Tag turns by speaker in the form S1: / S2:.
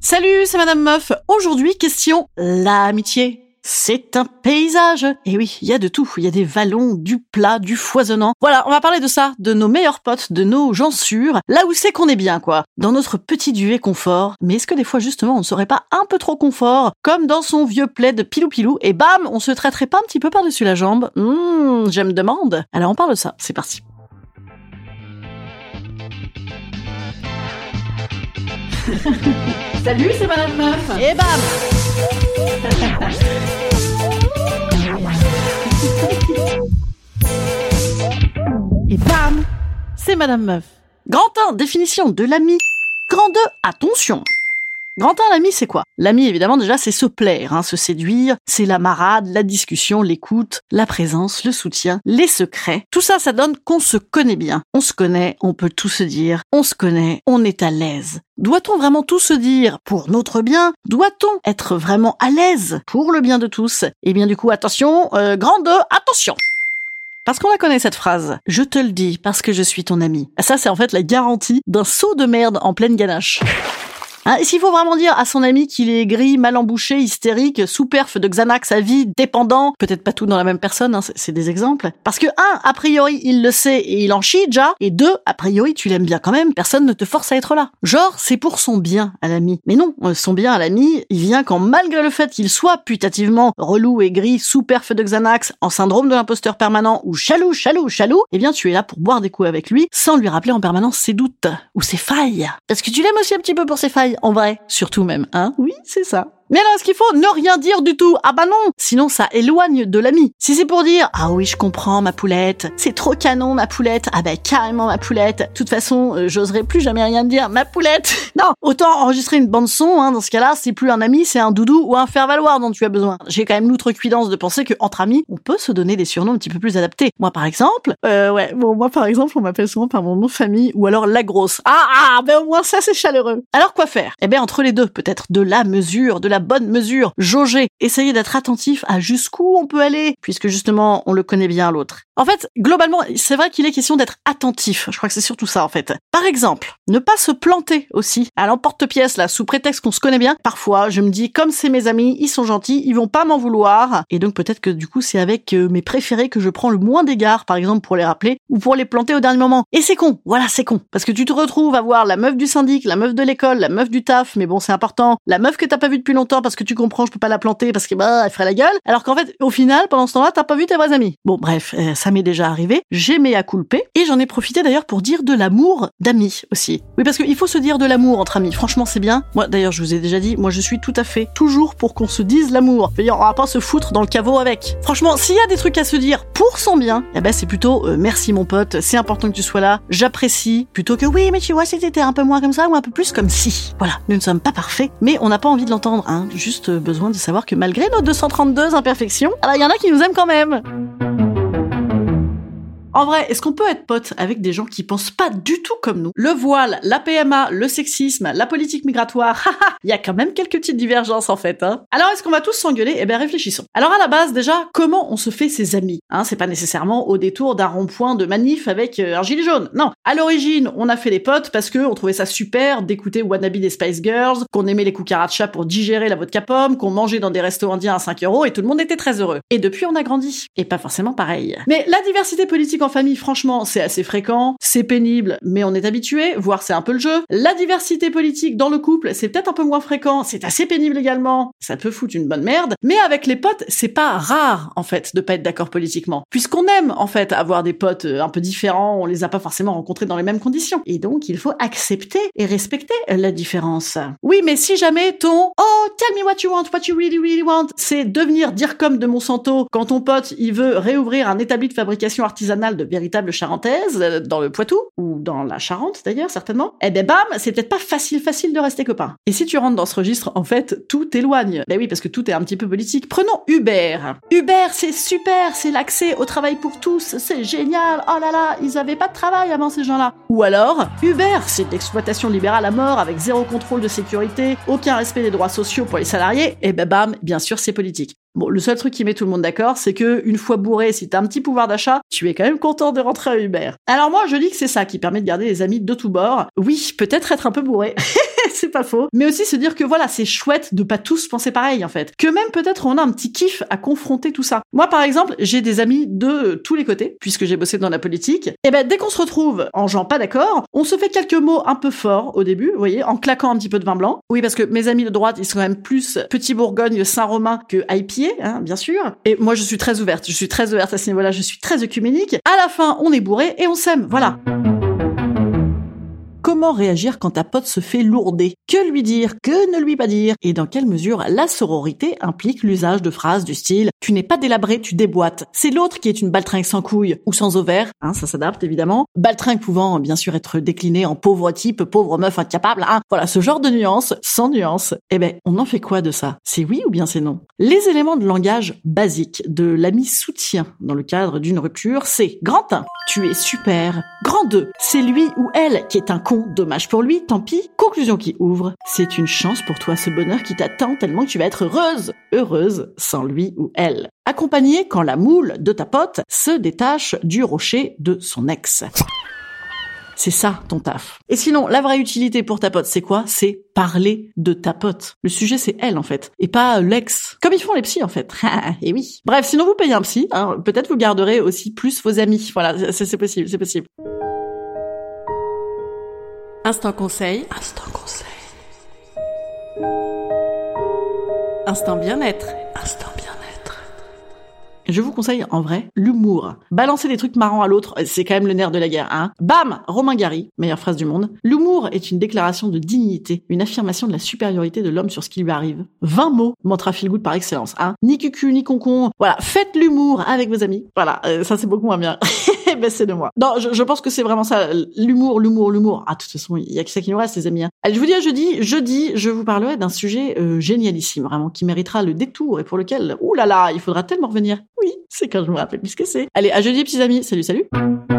S1: Salut, c'est Madame Meuf. Aujourd'hui, question l'amitié. C'est un paysage. Et oui, il y a de tout. Il y a des vallons, du plat, du foisonnant. Voilà, on va parler de ça, de nos meilleurs potes, de nos gens sûrs, là où c'est qu'on est bien, quoi. Dans notre petit duvet confort. Mais est-ce que des fois, justement, on ne serait pas un peu trop confort, comme dans son vieux plaid pilou-pilou, et bam, on se traiterait pas un petit peu par-dessus la jambe? Je me demande. Alors on parle de ça, c'est parti.
S2: Salut, c'est Madame Meuf.
S1: Et bam. Et bam, c'est Madame Meuf. Grand 1, définition de l'ami. Grand 2, attention. Grand 1, l'ami, c'est quoi? L'ami, évidemment, déjà, c'est se plaire, se séduire, c'est la marade, la discussion, l'écoute, la présence, le soutien, les secrets. Tout ça, ça donne qu'on se connaît bien. On se connaît, on peut tout se dire, on se connaît, on est à l'aise. Doit-on vraiment tout se dire pour notre bien? Doit-on être vraiment à l'aise pour le bien de tous? Eh bien, du coup, attention, grand 2, attention! Parce qu'on la connaît cette phrase. Je te le dis parce que je suis ton ami. Ça, c'est en fait la garantie d'un saut de merde en pleine ganache. S'il faut vraiment dire à son ami qu'il est gris, mal embouché, hystérique, sous perf de Xanax à vie, dépendant, peut-être pas tout dans la même personne, c'est des exemples. Parce que 1, a priori, il le sait et il en chie déjà, et 2, a priori, tu l'aimes bien quand même, personne ne te force à être là. Genre, c'est pour son bien à l'ami. Mais non, son bien à l'ami, il vient quand malgré le fait qu'il soit putativement relou et gris, sous perf de Xanax, en syndrome de l'imposteur permanent, ou jaloux, eh bien tu es là pour boire des coups avec lui, sans lui rappeler en permanence ses doutes, ou ses failles. Parce que tu l'aimes aussi un petit peu pour ses failles. En vrai, surtout même, Oui, c'est ça. Mais alors, est-ce qu'il faut ne rien dire du tout? Ah bah non! Sinon, ça éloigne de l'ami. Si c'est pour dire, ah oui, je comprends, ma poulette. C'est trop canon, ma poulette. Ah bah, carrément, ma poulette. De toute façon, j'oserais plus jamais rien dire, ma poulette. Non! Autant enregistrer une bande-son, dans ce cas-là, c'est plus un ami, c'est un doudou ou un faire-valoir dont tu as besoin. J'ai quand même l'outrecuidance de penser qu'entre amis, on peut se donner des surnoms un petit peu plus adaptés. Moi, par exemple, on m'appelle souvent par mon nom de famille ou alors la grosse. Ben au moins ça, c'est chaleureux. Alors, quoi faire? Eh ben, entre les deux, peut-être de la mesure, de la bonne mesure, jauger, essayer d'être attentif à jusqu'où on peut aller, puisque justement, on le connaît bien l'autre. En fait, globalement, c'est vrai qu'il est question d'être attentif. Je crois que c'est surtout ça, en fait. Par exemple, ne pas se planter aussi à l'emporte-pièce, là, sous prétexte qu'on se connaît bien. Parfois, je me dis, comme c'est mes amis, ils sont gentils, ils vont pas m'en vouloir. Et donc, peut-être que du coup, c'est avec mes préférés que je prends le moins d'égards, par exemple, pour les rappeler, ou pour les planter au dernier moment. Et c'est con. Voilà, c'est con. Parce que tu te retrouves à voir la meuf du syndic, la meuf de l'école, la meuf du taf, mais bon, c'est important. La meuf que t'as pas vue depuis longtemps parce que tu comprends, je peux pas la planter parce que, elle ferait la gueule. Alors qu'en fait, au final, pendant ce temps-là, t'as pas vu tes vrais amis. Bon, bref, ça m'est déjà arrivé. J'ai mea culpa. Et j'en ai profité d'ailleurs pour dire de l'amour d'amis aussi. Oui, parce qu'il faut se dire de l'amour entre amis. Franchement, c'est bien. Moi, d'ailleurs, je vous ai déjà dit, moi, je suis tout à fait toujours pour qu'on se dise l'amour. Je veux dire, on va pas se foutre dans le caveau avec. Franchement, s'il y a des trucs à se dire pour son bien, c'est plutôt merci mon pote, c'est important que tu sois là, j'apprécie, plutôt que oui, mais tu vois, si t'étais un peu moins comme ça ou un peu plus comme si. Voilà, nous ne sommes pas parfaits, mais on n'a pas envie de l'entendre, Juste besoin de savoir que malgré nos 232 imperfections, il y en a qui nous aiment quand même. En vrai, est-ce qu'on peut être pote avec des gens qui pensent pas du tout comme nous? Le voile, la PMA, le sexisme, la politique migratoire, il y a quand même quelques petites divergences en fait. Alors est-ce qu'on va tous s'engueuler? Réfléchissons. Alors à la base déjà, comment on se fait ses amis? C'est pas nécessairement au détour d'un rond-point de manif avec un gilet jaune. Non. À l'origine, on a fait des potes parce que on trouvait ça super d'écouter Wannabe des Spice Girls, qu'on aimait les cucarachas pour digérer la vodka pomme, qu'on mangeait dans des restos indiens à 5 € et tout le monde était très heureux. Et depuis, on a grandi. Et pas forcément pareil. Mais la diversité politique en famille, franchement, c'est assez fréquent, c'est pénible, mais on est habitué, voire c'est un peu le jeu. La diversité politique dans le couple, c'est peut-être un peu moins fréquent, c'est assez pénible également, ça peut foutre une bonne merde, mais avec les potes, c'est pas rare, en fait, de pas être d'accord politiquement. Puisqu'on aime, en fait, avoir des potes un peu différents, on les a pas forcément rencontrés dans les mêmes conditions. Et donc, il faut accepter et respecter la différence. Oui, mais si jamais ton « Oh, tell me what you really, really want », c'est devenir dire comme de Monsanto quand ton pote, il veut réouvrir un établi de fabrication artisanale de véritables charentaises dans le Poitou, ou dans la Charente d'ailleurs, certainement, bam, c'est peut-être pas facile de rester copains. Et si tu rentres dans ce registre, en fait, tout t'éloigne. Oui, parce que tout est un petit peu politique. Prenons Uber. Uber, c'est super, c'est l'accès au travail pour tous, c'est génial, oh là là, ils avaient pas de travail avant ces gens-là. Ou alors, Uber, c'est de l'exploitation libérale à mort avec zéro contrôle de sécurité, aucun respect des droits sociaux pour les salariés, bam, bien sûr, c'est politique. Bon, le seul truc qui met tout le monde d'accord, c'est que une fois bourré, si t'as un petit pouvoir d'achat, tu es quand même content de rentrer à Uber. Alors moi, je dis que c'est ça qui permet de garder les amis de tous bords. Oui, peut-être être un peu bourré. c'est pas faux. Mais aussi se dire que voilà, c'est chouette de pas tous penser pareil, en fait. Que même peut-être on a un petit kiff à confronter tout ça. Moi, par exemple, j'ai des amis de tous les côtés, puisque j'ai bossé dans la politique. Et ben, dès qu'on se retrouve en gens pas d'accord, on se fait quelques mots un peu forts au début, vous voyez, en claquant un petit peu de vin blanc. Oui, parce que mes amis de droite, ils sont quand même plus Petit Bourgogne, Saint-Romain que IPA, hein, bien sûr. Et moi, je suis très ouverte. Je suis très ouverte à ce niveau-là. Je suis très œcuménique. À la fin, on est bourré et on s'aime. Voilà. Comment réagir quand ta pote se fait lourder? Que lui dire? Que ne lui pas dire? Et dans quelle mesure la sororité implique l'usage de phrases du style « Tu n'es pas délabré, tu déboîtes ». C'est l'autre qui est une baltringue sans couilles ou sans ovaires, hein, ça s'adapte évidemment. Baltringue pouvant bien sûr être décliné en pauvre type, pauvre meuf incapable, hein. Voilà, ce genre de nuance, sans nuance. Eh ben, on en fait quoi de ça? C'est oui ou bien c'est non? Les éléments de langage basiques de l'ami soutien dans le cadre d'une rupture, c'est grand 1, tu es super. Grand 2, c'est lui ou elle qui est un con. Dommage pour lui, tant pis. Conclusion qui ouvre, c'est une chance pour toi ce bonheur qui t'attend tellement que tu vas être heureuse sans lui ou elle. Accompagné quand la moule de ta pote se détache du rocher de son ex. C'est ça ton taf. Et sinon, la vraie utilité pour ta pote, c'est quoi? C'est parler de ta pote. Le sujet, c'est elle en fait, et pas l'ex. Comme ils font les psys en fait. Et oui. Bref, sinon vous payez un psy, hein, peut-être vous garderez aussi plus vos amis. Voilà, c'est possible, c'est possible. Instant conseil. Instant conseil. Instant bien-être. Instant bien-être. Je vous conseille, en vrai, l'humour. Balancer des trucs marrants à l'autre, c'est quand même le nerf de la guerre, hein. Bam! Romain Gary, meilleure phrase du monde. L'humour est une déclaration de dignité, une affirmation de la supériorité de l'homme sur ce qui lui arrive. 20 mots, mantra feel good par excellence, hein. Ni cucu, ni concon. Voilà, faites l'humour avec vos amis. Voilà, ça c'est beaucoup moins bien. Ben c'est de moi. Non, je pense que c'est vraiment ça, l'humour. Ah, de toute façon, il y a que ça qui nous reste, les amis. Hein. Allez, je vous dis à jeudi, je vous parlerai d'un sujet génialissime, vraiment, qui méritera le détour et pour lequel, oulala, il faudra tellement revenir. Oui, c'est quand je me rappelle plus ce que c'est. Allez, à jeudi, petits amis. Salut.